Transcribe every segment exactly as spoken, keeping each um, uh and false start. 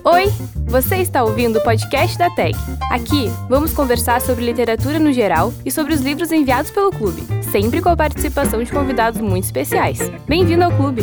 Oi, você está ouvindo o podcast da T E C. Aqui, vamos conversar sobre literatura no geral e sobre os livros enviados pelo clube, sempre com a participação de convidados muito especiais. Bem-vindo ao clube!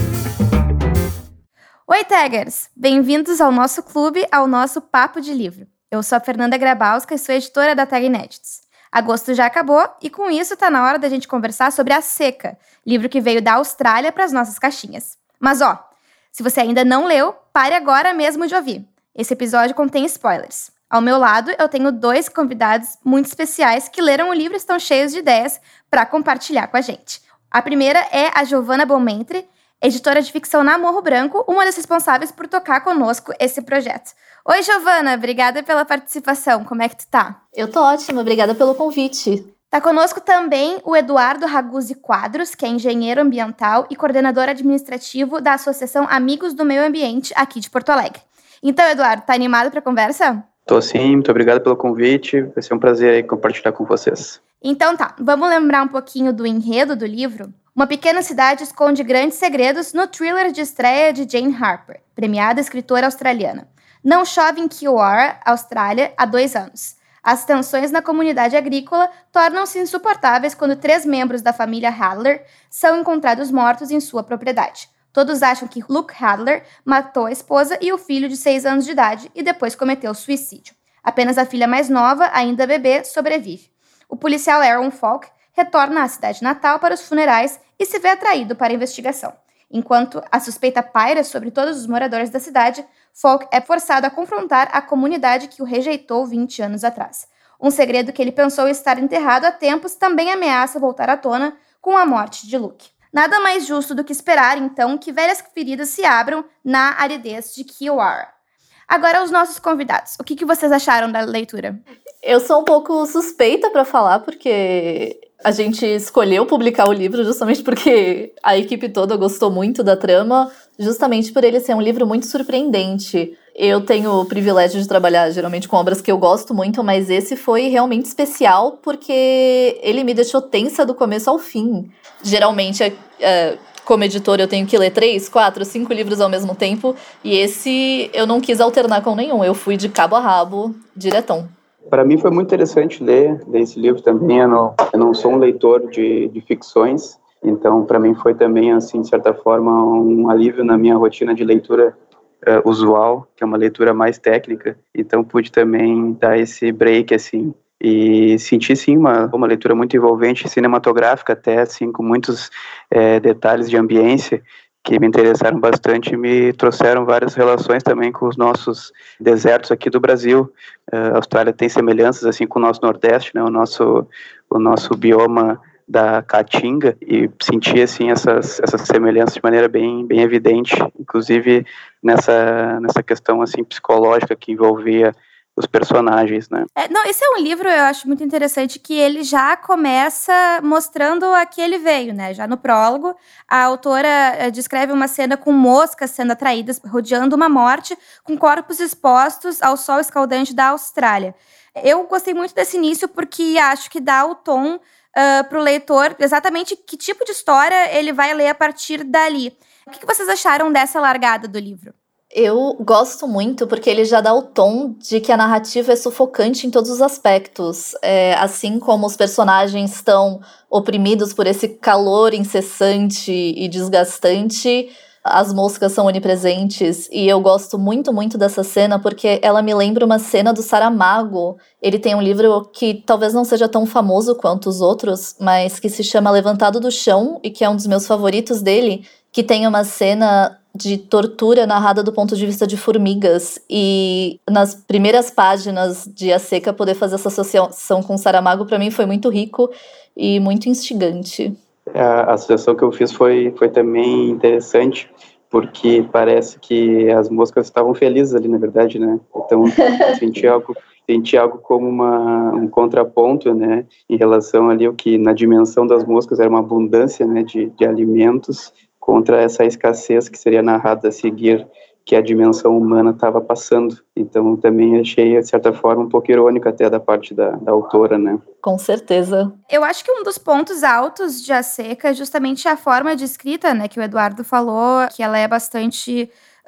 Oi, Taggers! Bem-vindos ao nosso clube, ao nosso Papo de Livro. Eu sou a Fernanda Grabowska e sou editora da Tag Inéditos. Agosto já acabou e, com isso, está na hora da gente conversar sobre A Seca, livro que veio da Austrália para as nossas caixinhas. Mas, ó, se você ainda não leu, pare agora mesmo de ouvir. Esse episódio contém spoilers. Ao meu lado, eu tenho dois convidados muito especiais que leram o livro e estão cheios de ideias para compartilhar com a gente. A primeira é a Giovanna Bonmentre, editora de ficção na Morro Branco, uma das responsáveis por tocar conosco esse projeto. Oi, Giovanna, obrigada pela participação. Como é que tu tá? Eu tô ótima, obrigada pelo convite. Tá conosco também o Eduardo Raguzzi Quadros, que é engenheiro ambiental e coordenador administrativo da Associação Amigos do Meio Ambiente aqui de Porto Alegre. Então, Eduardo, tá animado para a conversa? Tô sim, muito obrigado pelo convite, vai ser um prazer aí compartilhar com vocês. Então tá, vamos lembrar um pouquinho do enredo do livro? Uma pequena cidade esconde grandes segredos no thriller de estreia de Jane Harper, premiada escritora australiana. Não chove em Kiwara, Austrália, há dois anos. As tensões na comunidade agrícola tornam-se insuportáveis quando três membros da família Hadler são encontrados mortos em sua propriedade. Todos acham que Luke Hadler matou a esposa e o filho de seis anos de idade e depois cometeu suicídio. Apenas a filha mais nova, ainda bebê, sobrevive. O policial Aaron Falk retorna à cidade natal para os funerais e se vê atraído para a investigação. Enquanto a suspeita paira sobre todos os moradores da cidade, Falk é forçado a confrontar a comunidade que o rejeitou vinte anos atrás. Um segredo que ele pensou estar enterrado há tempos também ameaça voltar à tona com a morte de Luke. Nada mais justo do que esperar, então, que velhas feridas se abram na aridez de Kiwara. Agora, os nossos convidados. O que, que vocês acharam da leitura? Eu sou um pouco suspeita para falar, porque a gente escolheu publicar o livro justamente porque a equipe toda gostou muito da trama, justamente por ele ser um livro muito surpreendente. Eu tenho o privilégio de trabalhar geralmente com obras que eu gosto muito, mas esse foi realmente especial porque ele me deixou tensa do começo ao fim. Geralmente, é, como editora, eu tenho que ler três, quatro, cinco livros ao mesmo tempo, e esse eu não quis alternar com nenhum, eu fui de cabo a rabo, diretão. Para mim foi muito interessante ler, ler esse livro também. Eu não, eu não sou um leitor de, de ficções, então para mim foi também, assim, de certa forma, um alívio na minha rotina de leitura uh, usual, que é uma leitura mais técnica. Então pude também dar esse break, assim, e senti, sim, uma, uma leitura muito envolvente, cinematográfica até, assim, com muitos é, detalhes de ambiência que me interessaram bastante e me trouxeram várias relações também com os nossos desertos aqui do Brasil. Uh, a Austrália tem semelhanças, assim, com o nosso Nordeste, né, o nosso, o nosso bioma da Caatinga, e senti, assim, essas, essas semelhanças de maneira bem, bem evidente, inclusive nessa, nessa questão, assim, psicológica que envolvia os personagens, né? É, não, esse é um livro, eu acho muito interessante, que ele já começa mostrando a que ele veio, né? Já no prólogo, a autora é, descreve uma cena com moscas sendo atraídas, rodeando uma morte, com corpos expostos ao sol escaldante da Austrália. Eu gostei muito desse início porque acho que dá o tom uh, para o leitor, exatamente que tipo de história ele vai ler a partir dali. O que, que vocês acharam dessa largada do livro? Eu gosto muito porque ele já dá o tom de que a narrativa é sufocante em todos os aspectos. É, assim como os personagens estão oprimidos por esse calor incessante e desgastante, as moscas são onipresentes. E eu gosto muito, muito dessa cena porque ela me lembra uma cena do Saramago. Ele tem um livro que talvez não seja tão famoso quanto os outros, mas que se chama Levantado do Chão e que é um dos meus favoritos dele, que tem uma cena de tortura narrada do ponto de vista de formigas, e nas primeiras páginas de A Seca poder fazer essa associação com Saramago para mim foi muito rico e muito instigante. A associação que eu fiz foi, foi também interessante, porque parece que as moscas estavam felizes ali, na verdade, né? Então eu senti algo, senti algo como uma, um contraponto, né, em relação ali ao que na dimensão das moscas era uma abundância, né, de, de alimentos, contra essa escassez que seria narrada a seguir, que a dimensão humana estava passando. Então, também achei, de certa forma, um pouco irônico até da parte da, da autora, né? Com certeza. Eu acho que um dos pontos altos de A Seca é justamente a forma de escrita, né, que o Eduardo falou, que ela é bastante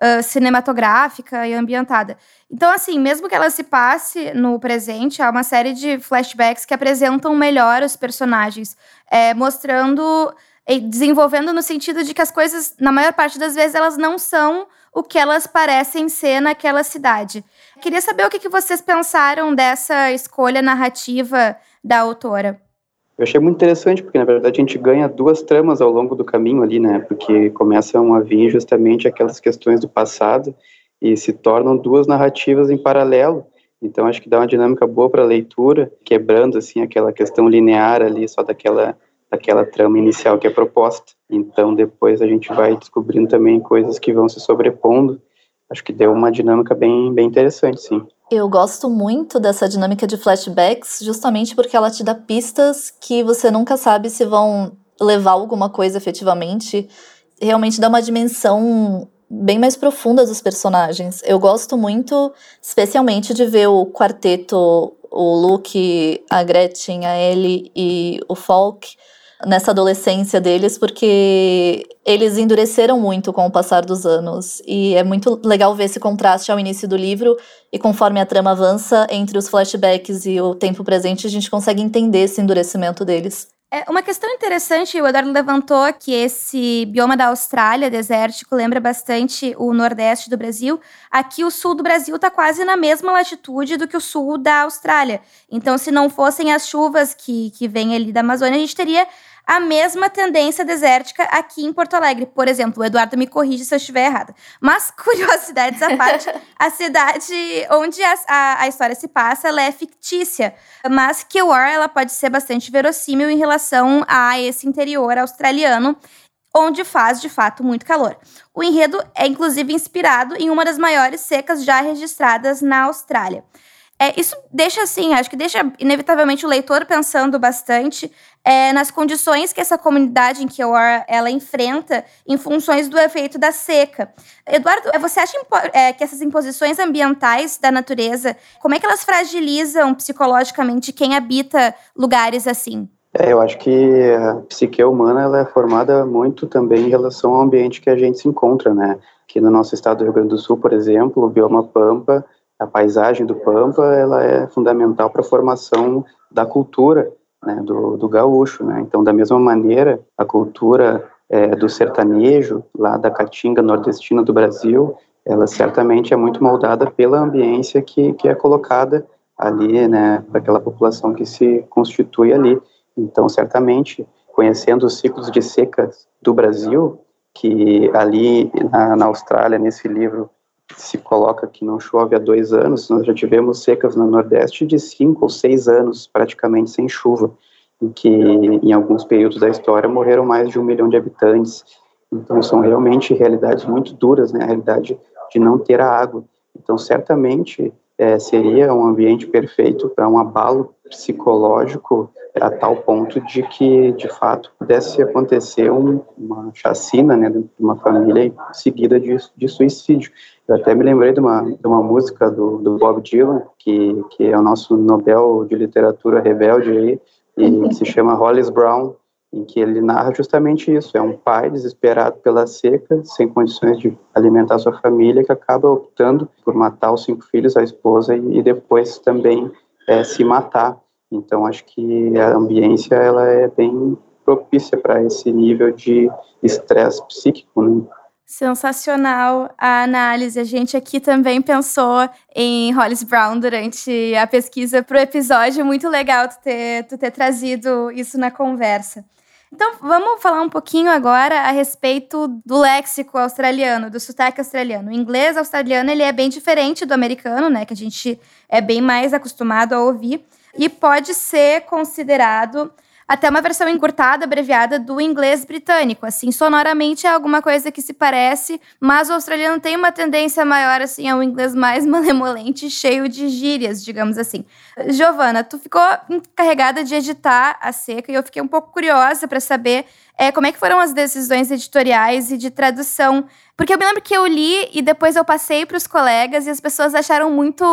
uh, cinematográfica e ambientada. Então, assim, mesmo que ela se passe no presente, há uma série de flashbacks que apresentam melhor os personagens, é, mostrando e desenvolvendo no sentido de que as coisas, na maior parte das vezes, elas não são o que elas parecem ser naquela cidade. Queria saber o que vocês pensaram dessa escolha narrativa da autora. Eu achei muito interessante, porque na verdade a gente ganha duas tramas ao longo do caminho ali, né? Porque começam a vir justamente aquelas questões do passado e se tornam duas narrativas em paralelo. Então acho que dá uma dinâmica boa para a leitura, quebrando assim aquela questão linear ali, só daquela, daquela trama inicial que é proposta. Então depois a gente vai descobrindo também coisas que vão se sobrepondo. Acho que deu uma dinâmica bem, bem interessante, sim. Eu gosto muito dessa dinâmica de flashbacks, justamente porque ela te dá pistas que você nunca sabe se vão levar alguma coisa efetivamente. Realmente dá uma dimensão bem mais profunda dos personagens. Eu gosto muito, especialmente, de ver o quarteto, o Luke, a Gretchen, a Ellie e o Falk, nessa adolescência deles, porque eles endureceram muito com o passar dos anos, e é muito legal ver esse contraste ao início do livro, e conforme a trama avança, entre os flashbacks e o tempo presente, a gente consegue entender esse endurecimento deles. É uma questão interessante, o Eduardo levantou que esse bioma da Austrália, desértico, lembra bastante o nordeste do Brasil. Aqui o sul do Brasil está quase na mesma latitude do que o sul da Austrália. Então, se não fossem as chuvas que, que vêm ali da Amazônia, a gente teria a mesma tendência desértica aqui em Porto Alegre. Por exemplo, o Eduardo me corrige se eu estiver errada. Mas, curiosidades à parte, a cidade onde a, a, a história se passa, ela é fictícia. Mas Kilauea, ela pode ser bastante verossímil em relação a esse interior australiano, onde faz, de fato, muito calor. O enredo é, inclusive, inspirado em uma das maiores secas já registradas na Austrália. É, isso deixa, assim, acho que deixa, inevitavelmente, o leitor pensando bastante é, nas condições que essa comunidade em Kilauea, ela enfrenta em funções do efeito da seca. Eduardo, você acha é, que essas imposições ambientais da natureza, como é que elas fragilizam psicologicamente quem habita lugares assim? É, eu acho que a psique humana ela é formada muito também em relação ao ambiente que a gente se encontra, né? Aqui no nosso estado do Rio Grande do Sul, por exemplo, o bioma Pampa, a paisagem do Pampa, ela é fundamental para a formação da cultura, né, do, do gaúcho, né? Então, da mesma maneira, a cultura é, do sertanejo, lá da caatinga nordestina do Brasil, ela certamente é muito moldada pela ambiência que, que é colocada ali, né, para aquela população que se constitui ali. Então, certamente, conhecendo os ciclos de secas do Brasil, que ali na, na Austrália, nesse livro, se coloca que não chove há dois anos, nós já tivemos secas no Nordeste de cinco ou seis anos, praticamente sem chuva, em que em alguns períodos da história morreram mais de um milhão de habitantes. Então são realmente realidades muito duras, né? A realidade de não ter a água. Então certamente é, seria um ambiente perfeito para um abalo psicológico a tal ponto de que, de fato, pudesse acontecer um, uma chacina, né, de uma família seguida de, de suicídio. Eu até me lembrei de uma, de uma música do, do Bob Dylan, que, que é o nosso Nobel de Literatura rebelde aí, e que se chama Hollis Brown, em que ele narra justamente isso. É um pai desesperado pela seca, sem condições de alimentar sua família, que acaba optando por matar os cinco filhos, a esposa, e, e depois também é, se matar. Então, acho que a ambiência ela é bem propícia para esse nível de estresse psíquico, né? Sensacional a análise. A gente aqui também pensou em Hollis Brown durante a pesquisa para o episódio. Muito legal tu ter, tu ter trazido isso na conversa. Então, vamos falar um pouquinho agora a respeito do léxico australiano, do sotaque australiano. O inglês australiano ele é bem diferente do americano, né, que a gente é bem mais acostumado a ouvir, e pode ser considerado até uma versão encurtada, abreviada do inglês britânico. Assim, sonoramente é alguma coisa que se parece, mas o australiano tem uma tendência maior, assim, ao inglês mais malemolente, cheio de gírias, digamos assim. Giovana, tu ficou encarregada de editar a Seca e eu fiquei um pouco curiosa para saber é, como é que foram as decisões editoriais e de tradução. Porque eu me lembro que eu li e depois eu passei para os colegas e as pessoas acharam muito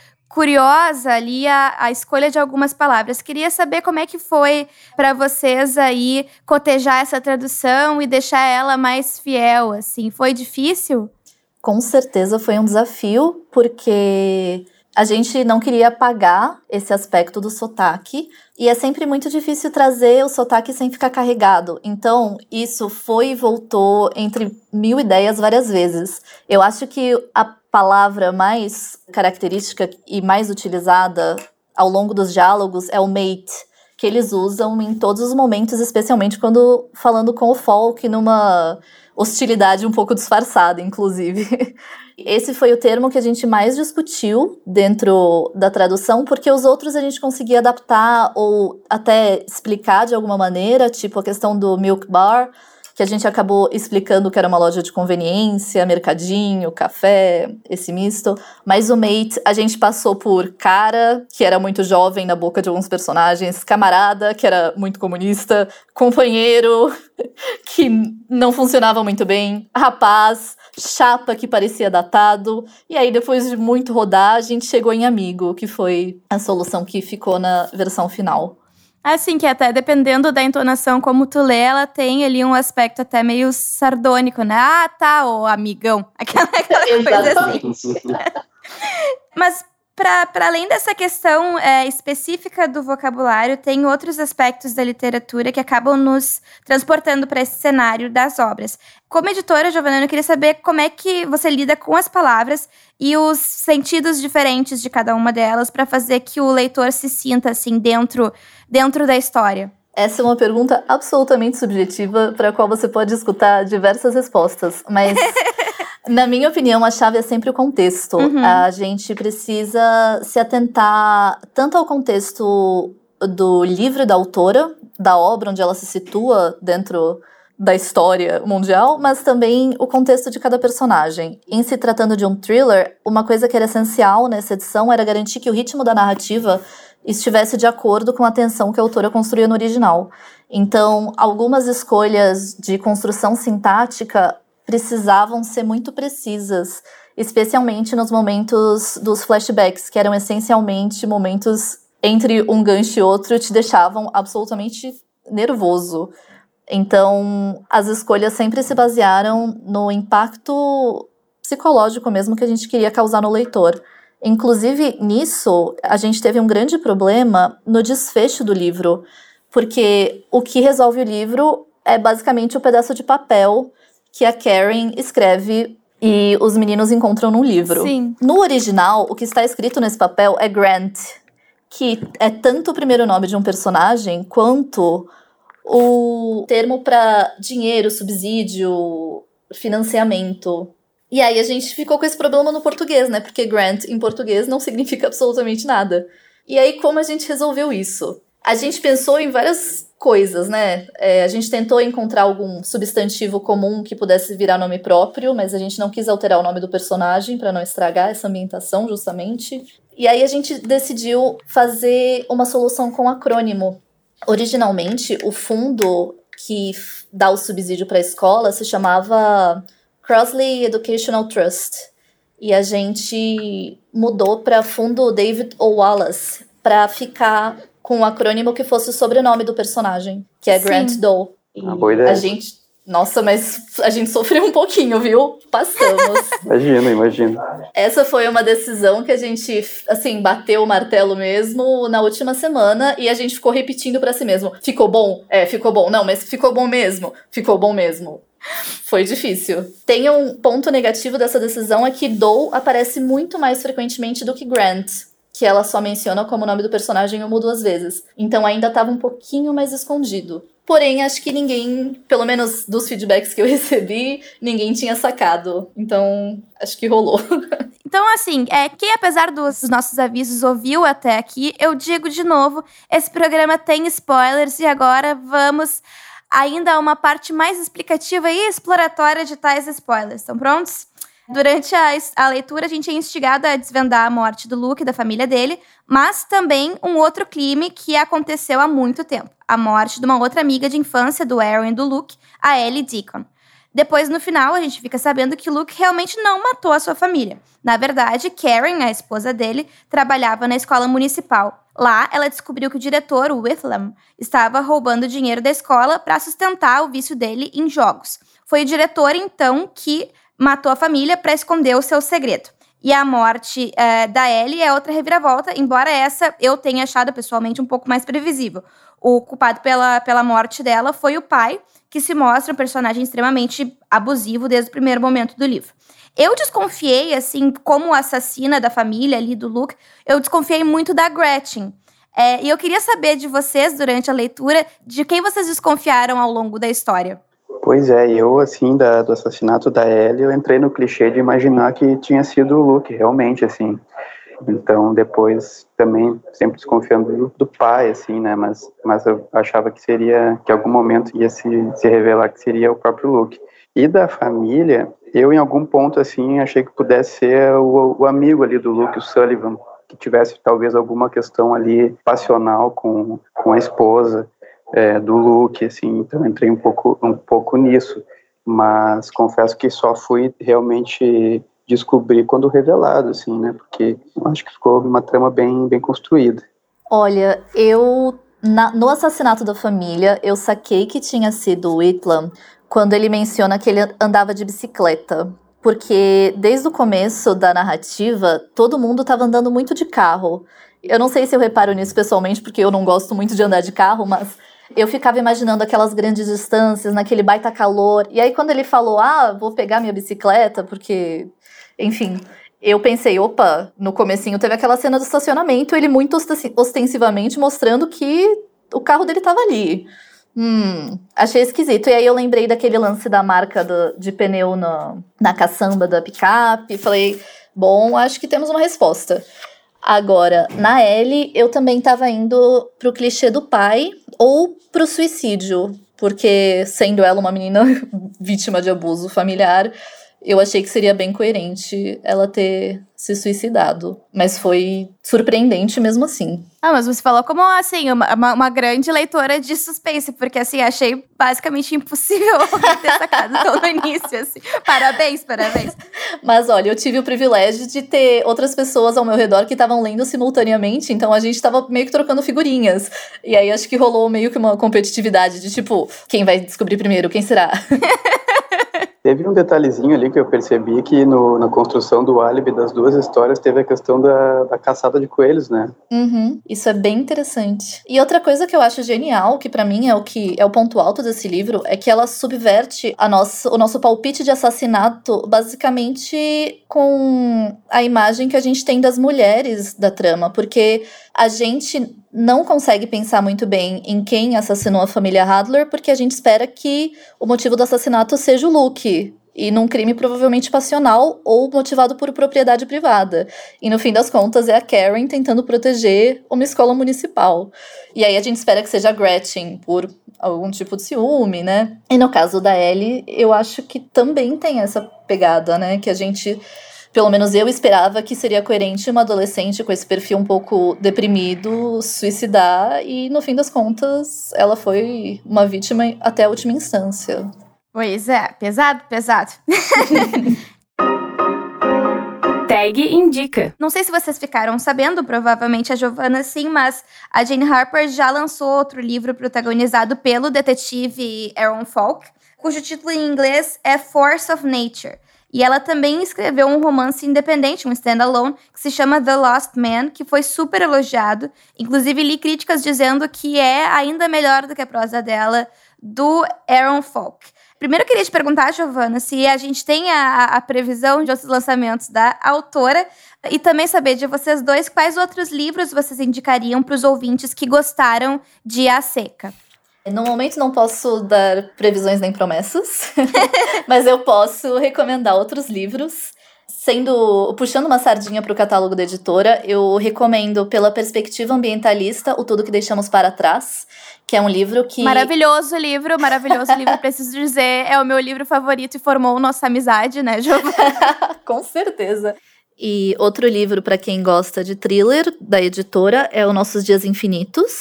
curiosa ali a, a escolha de algumas palavras. Queria saber como é que foi para vocês aí cotejar essa tradução e deixar ela mais fiel, assim. Foi difícil? Com certeza foi um desafio, porque a gente não queria apagar esse aspecto do sotaque, e é sempre muito difícil trazer o sotaque sem ficar carregado. Então, isso foi e voltou entre mil ideias várias vezes. Eu acho que a palavra mais característica e mais utilizada ao longo dos diálogos é o mate, que eles usam em todos os momentos, especialmente quando falando com o Falk numa hostilidade um pouco disfarçada, inclusive. Esse foi o termo que a gente mais discutiu dentro da tradução, porque os outros a gente conseguia adaptar ou até explicar de alguma maneira, tipo a questão do milk bar, que a gente acabou explicando que era uma loja de conveniência, mercadinho, café, esse misto. Mas o mate, a gente passou por cara, que era muito jovem na boca de alguns personagens, camarada, que era muito comunista, companheiro, que não funcionava muito bem, rapaz, chapa, que parecia datado. E aí, depois de muito rodar, a gente chegou em amigo, que foi a solução que ficou na versão final. Assim, que até dependendo da entonação como tu lê, ela tem ali um aspecto até meio sardônico, né? Ah, tá, ô amigão. Aquela, aquela coisa assim. Mas, para além dessa questão é, específica do vocabulário, tem outros aspectos da literatura que acabam nos transportando para esse cenário das obras. Como editora, Giovanna, eu queria saber como é que você lida com as palavras e os sentidos diferentes de cada uma delas para fazer que o leitor se sinta assim dentro, dentro da história. Essa é uma pergunta absolutamente subjetiva para a qual você pode escutar diversas respostas, mas na minha opinião a chave é sempre o contexto. Uhum. A gente precisa se atentar tanto ao contexto do livro da autora, da obra onde ela se situa dentro da história mundial, mas também o contexto de cada personagem. Em se tratando de um thriller, uma coisa que era essencial nessa edição era garantir que o ritmo da narrativa estivesse de acordo com a tensão que a autora construía no original. Então, algumas escolhas de construção sintática precisavam ser muito precisas, especialmente nos momentos dos flashbacks, que eram essencialmente momentos entre um gancho e outro, te deixavam absolutamente nervoso. Então, as escolhas sempre se basearam no impacto psicológico mesmo que a gente queria causar no leitor. Inclusive, nisso, a gente teve um grande problema no desfecho do livro, porque o que resolve o livro é basicamente o pedaço de papel que a Karen escreve e os meninos encontram no livro. Sim. No original, o que está escrito nesse papel é Grant, que é tanto o primeiro nome de um personagem quanto o termo para dinheiro, subsídio, financiamento. E aí a gente ficou com esse problema no português, né? Porque grant em português não significa absolutamente nada. E aí como a gente resolveu isso? A gente pensou em várias coisas, né? É, a gente tentou encontrar algum substantivo comum que pudesse virar nome próprio, mas a gente não quis alterar o nome do personagem para não estragar essa ambientação, justamente. E aí a gente decidiu fazer uma solução com acrônimo. Originalmente, o fundo que dá o subsídio para a escola se chamava Crossley Educational Trust. E a gente mudou para Fundo David O. Wallace para ficar com um acrônimo que fosse o sobrenome do personagem, que é Grant Sim. Doe. Ah, boa ideia. A gente... Nossa, mas a gente sofreu um pouquinho, viu? Passamos. Imagino, imagino. Essa foi uma decisão que a gente, assim, bateu o martelo mesmo na última semana e a gente ficou repetindo pra si mesmo. Ficou bom? É, ficou bom. Não, mas ficou bom mesmo? Ficou bom mesmo. Foi difícil. Tem um ponto negativo dessa decisão é que Doe aparece muito mais frequentemente do que Grant, que ela só menciona como nome do personagem uma ou duas vezes. Então ainda estava um pouquinho mais escondido. Porém, acho que ninguém, pelo menos dos feedbacks que eu recebi, ninguém tinha sacado. Então, acho que rolou. Então, assim, é, quem apesar dos nossos avisos ouviu até aqui, eu digo de novo, esse programa tem spoilers e agora vamos ainda a uma parte mais explicativa e exploratória de tais spoilers. Estão prontos? Durante a, a leitura, a gente é instigado a desvendar a morte do Luke e da família dele, mas também um outro crime que aconteceu há muito tempo. A morte de uma outra amiga de infância do Aaron e do Luke, a Ellie Deacon. Depois, no final, a gente fica sabendo que Luke realmente não matou a sua família. Na verdade, Karen, a esposa dele, trabalhava na escola municipal. Lá, ela descobriu que o diretor, o Whitlam, estava roubando dinheiro da escola para sustentar o vício dele em jogos. Foi o diretor, então, que matou a família para esconder o seu segredo. E a morte uh, da Ellie é outra reviravolta, embora essa eu tenha achado pessoalmente um pouco mais previsível. O culpado pela, pela morte dela foi o pai, que se mostra um personagem extremamente abusivo desde o primeiro momento do livro. Eu desconfiei, assim, como assassina da família ali do Luke, eu desconfiei muito da Gretchen. É, e eu queria saber de vocês, durante a leitura, de quem vocês desconfiaram ao longo da história. Pois é, eu, assim, da, do assassinato da Ellie, eu entrei no clichê de imaginar que tinha sido o Luke, realmente, assim. Então, depois, também, sempre desconfiando do, do pai, assim, né, mas, mas eu achava que seria, que em algum momento ia se, se revelar que seria o próprio Luke. E da família, eu, em algum ponto, assim, achei que pudesse ser o, o amigo ali do Luke, o Sullivan, que tivesse, talvez, alguma questão ali passional com, com a esposa, É, do Luke, assim, então entrei um pouco, um pouco nisso, mas confesso que só fui realmente descobrir quando revelado, assim, né, porque eu acho que ficou uma trama bem, bem construída. Olha, eu, na, no assassinato da família, eu saquei que tinha sido o Whitlam quando ele menciona que ele andava de bicicleta, porque desde o começo da narrativa, todo mundo estava andando muito de carro. Eu não sei se eu reparo nisso pessoalmente, porque eu não gosto muito de andar de carro, mas eu ficava imaginando aquelas grandes distâncias, naquele baita calor. E aí, quando ele falou, ah, vou pegar minha bicicleta, porque... Enfim, eu pensei, opa, no comecinho teve aquela cena do estacionamento, ele muito ostensivamente mostrando que o carro dele tava ali. Hum, achei esquisito. E aí eu lembrei daquele lance da marca do, de pneu na, na caçamba da picape. Falei, bom, acho que temos uma resposta. Agora, na Ellie, eu também tava indo pro clichê do pai ou pro suicídio, porque sendo ela uma menina vítima de abuso familiar, eu achei que seria bem coerente ela ter se suicidado. Mas foi surpreendente mesmo assim. Ah, mas você falou como, assim, uma, uma, uma grande leitora de suspense, porque, assim, achei basicamente impossível ter sacado tão no início, assim. Parabéns, parabéns. Mas, olha, eu tive o privilégio de ter outras pessoas ao meu redor que estavam lendo simultaneamente, então a gente tava meio que trocando figurinhas. E aí acho que rolou meio que uma competitividade de, tipo, quem vai descobrir primeiro, quem será? Teve um detalhezinho ali que eu percebi que no, na construção do álibi das duas histórias teve a questão da, da caçada de coelhos, né? Uhum, isso é bem interessante. E outra coisa que eu acho genial, que pra mim é o que é o ponto alto desse livro, é que ela subverte a nossa, o nosso palpite de assassinato basicamente com a imagem que a gente tem das mulheres da trama, porque a gente não consegue pensar muito bem em quem assassinou a família Hadler, porque a gente espera que o motivo do assassinato seja o Luke, e num crime provavelmente passional ou motivado por propriedade privada. E no fim das contas é a Karen tentando proteger uma escola municipal. E aí a gente espera que seja a Gretchen, por algum tipo de ciúme, né? E no caso da Ellie, eu acho que também tem essa pegada, né? Que a gente... Pelo menos eu esperava que seria coerente uma adolescente com esse perfil um pouco deprimido suicidar, e no fim das contas ela foi uma vítima até a última instância. Pois é, pesado, pesado. Tag indica. Não sei se vocês ficaram sabendo, provavelmente a Giovanna sim, mas a Jane Harper já lançou outro livro protagonizado pelo detetive Aaron Falk, cujo título em inglês é Force of Nature. E ela também escreveu um romance independente, um standalone, que se chama The Lost Man, que foi super elogiado. Inclusive, li críticas dizendo que é ainda melhor do que a prosa dela, do Aaron Falk. Primeiro, eu queria te perguntar, Giovanna, se a gente tem a, a previsão de outros lançamentos da autora e também saber de vocês dois quais outros livros vocês indicariam para os ouvintes que gostaram de A Seca. No momento não posso dar previsões nem promessas, mas eu posso recomendar outros livros. Sendo, puxando uma sardinha para o catálogo da editora, eu recomendo Pela Perspectiva Ambientalista, O Tudo que Deixamos para Trás, que é um livro que... Maravilhoso livro, maravilhoso livro, preciso dizer, é o meu livro favorito e formou nossa amizade, né, Giovanna? Com certeza. E outro livro para quem gosta de thriller da editora é O Nossos Dias Infinitos,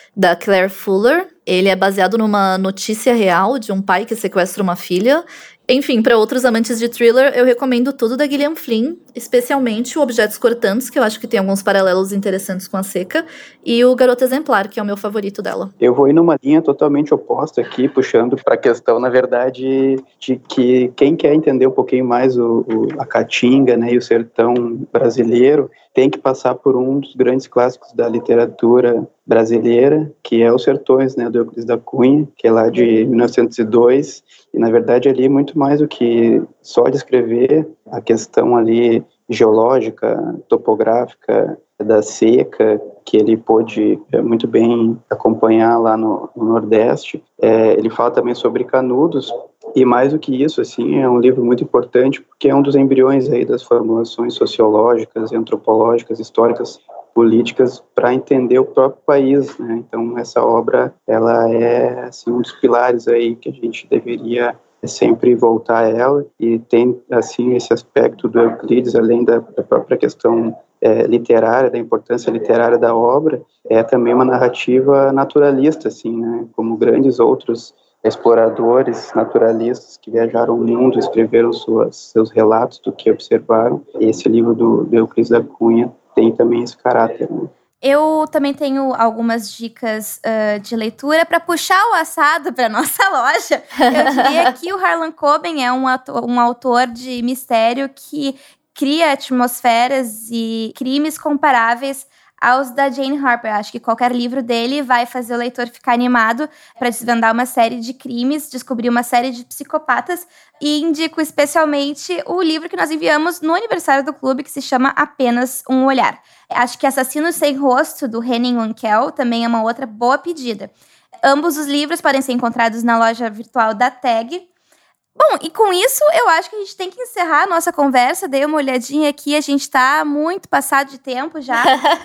da Claire Fuller. Ele é baseado numa notícia real de um pai que sequestra uma filha. Enfim, para outros amantes de thriller, eu recomendo tudo da Gillian Flynn, especialmente o Objetos Cortantes, que eu acho que tem alguns paralelos interessantes com a Seca, e o Garota Exemplar, que é o meu favorito dela. Eu vou ir numa linha totalmente oposta aqui, puxando para a questão, na verdade, de que quem quer entender um pouquinho mais o, o, a Caatinga, né, e o sertão brasileiro, tem que passar por um dos grandes clássicos da literatura brasileira, que é Os Sertões, né, do Euclides da Cunha, que é lá de mil novecentos e dois, e na verdade ali muito mais do que só descrever a questão ali geológica, topográfica da seca, que ele pôde é, muito bem acompanhar lá no, no Nordeste. É, ele fala também sobre Canudos, e mais do que isso, assim, é um livro muito importante, porque é um dos embriões aí das formulações sociológicas, antropológicas, históricas, políticas, para entender o próprio país, né? Então, essa obra, ela é, assim, um dos pilares aí que a gente deveria sempre voltar a ela, e tem, assim, esse aspecto do Euclides, além da, da própria questão é, literária, da importância literária da obra, é também uma narrativa naturalista, assim, né? Como grandes outros exploradores naturalistas que viajaram o mundo, escreveram suas, seus relatos do que observaram. Esse livro do, do Euclides da Cunha tem também esse caráter, né? Eu também tenho algumas dicas uh, de leitura para puxar o assado para nossa loja. Eu diria que o Harlan Coben é um, ator, um autor de mistério que cria atmosferas e crimes comparáveis aos da Jane Harper. Acho que qualquer livro dele vai fazer o leitor ficar animado para desvendar uma série de crimes, descobrir uma série de psicopatas, e indico especialmente o livro que nós enviamos no aniversário do clube, que se chama Apenas um Olhar. Acho que Assassino Sem Rosto, do Henning Mankell, também é uma outra boa pedida. Ambos os livros podem ser encontrados na loja virtual da Tag. Bom, e com isso, eu acho que a gente tem que encerrar a nossa conversa. Dei uma olhadinha aqui, a gente tá muito passado de tempo já.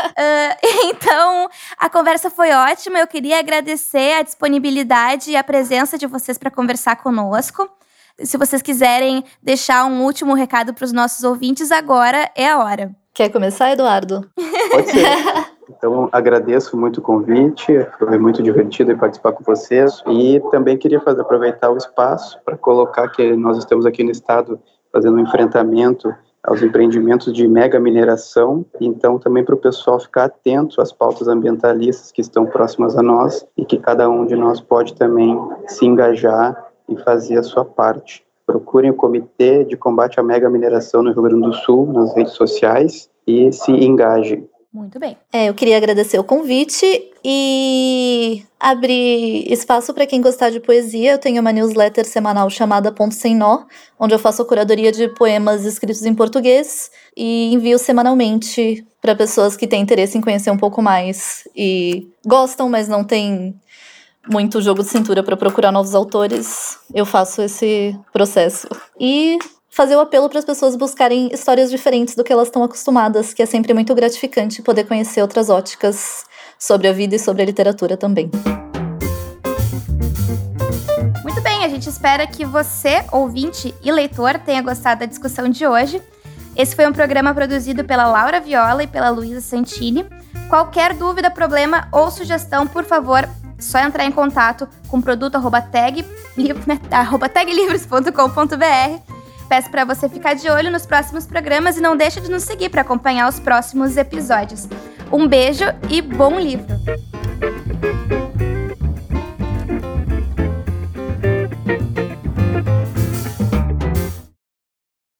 uh, então, a conversa foi ótima. Eu queria agradecer a disponibilidade e a presença de vocês para conversar conosco. Se vocês quiserem deixar um último recado para os nossos ouvintes, agora é a hora. Quer começar, Eduardo? Pode ser. Então, agradeço muito o convite, foi muito divertido participar com vocês, e também queria fazer, aproveitar o espaço para colocar que nós estamos aqui no estado fazendo um enfrentamento aos empreendimentos de mega mineração, então também para o pessoal ficar atento às pautas ambientalistas que estão próximas a nós e que cada um de nós pode também se engajar e fazer a sua parte. Procurem o Comitê de Combate à Mega Mineração no Rio Grande do Sul, nas redes sociais, e se engajem. Muito bem. É, eu queria agradecer o convite e abrir espaço para quem gostar de poesia. Eu tenho uma newsletter semanal chamada Ponto Sem Nó, onde eu faço a curadoria de poemas escritos em português e envio semanalmente para pessoas que têm interesse em conhecer um pouco mais e gostam, mas não têm muito jogo de cintura para procurar novos autores. Eu faço esse processo. E fazer o apelo para as pessoas buscarem histórias diferentes do que elas estão acostumadas, que é sempre muito gratificante poder conhecer outras óticas sobre a vida e sobre a literatura também. Muito bem, a gente espera que você, ouvinte e leitor, tenha gostado da discussão de hoje. Esse foi um programa produzido pela Laura Viola e pela Luísa Santini. Qualquer dúvida, problema ou sugestão, por favor, só entrar em contato com o produto arroba tag, né, arroba taglivros ponto com ponto b r. Peço para você ficar de olho nos próximos programas e não deixe de nos seguir para acompanhar os próximos episódios. Um beijo e bom livro!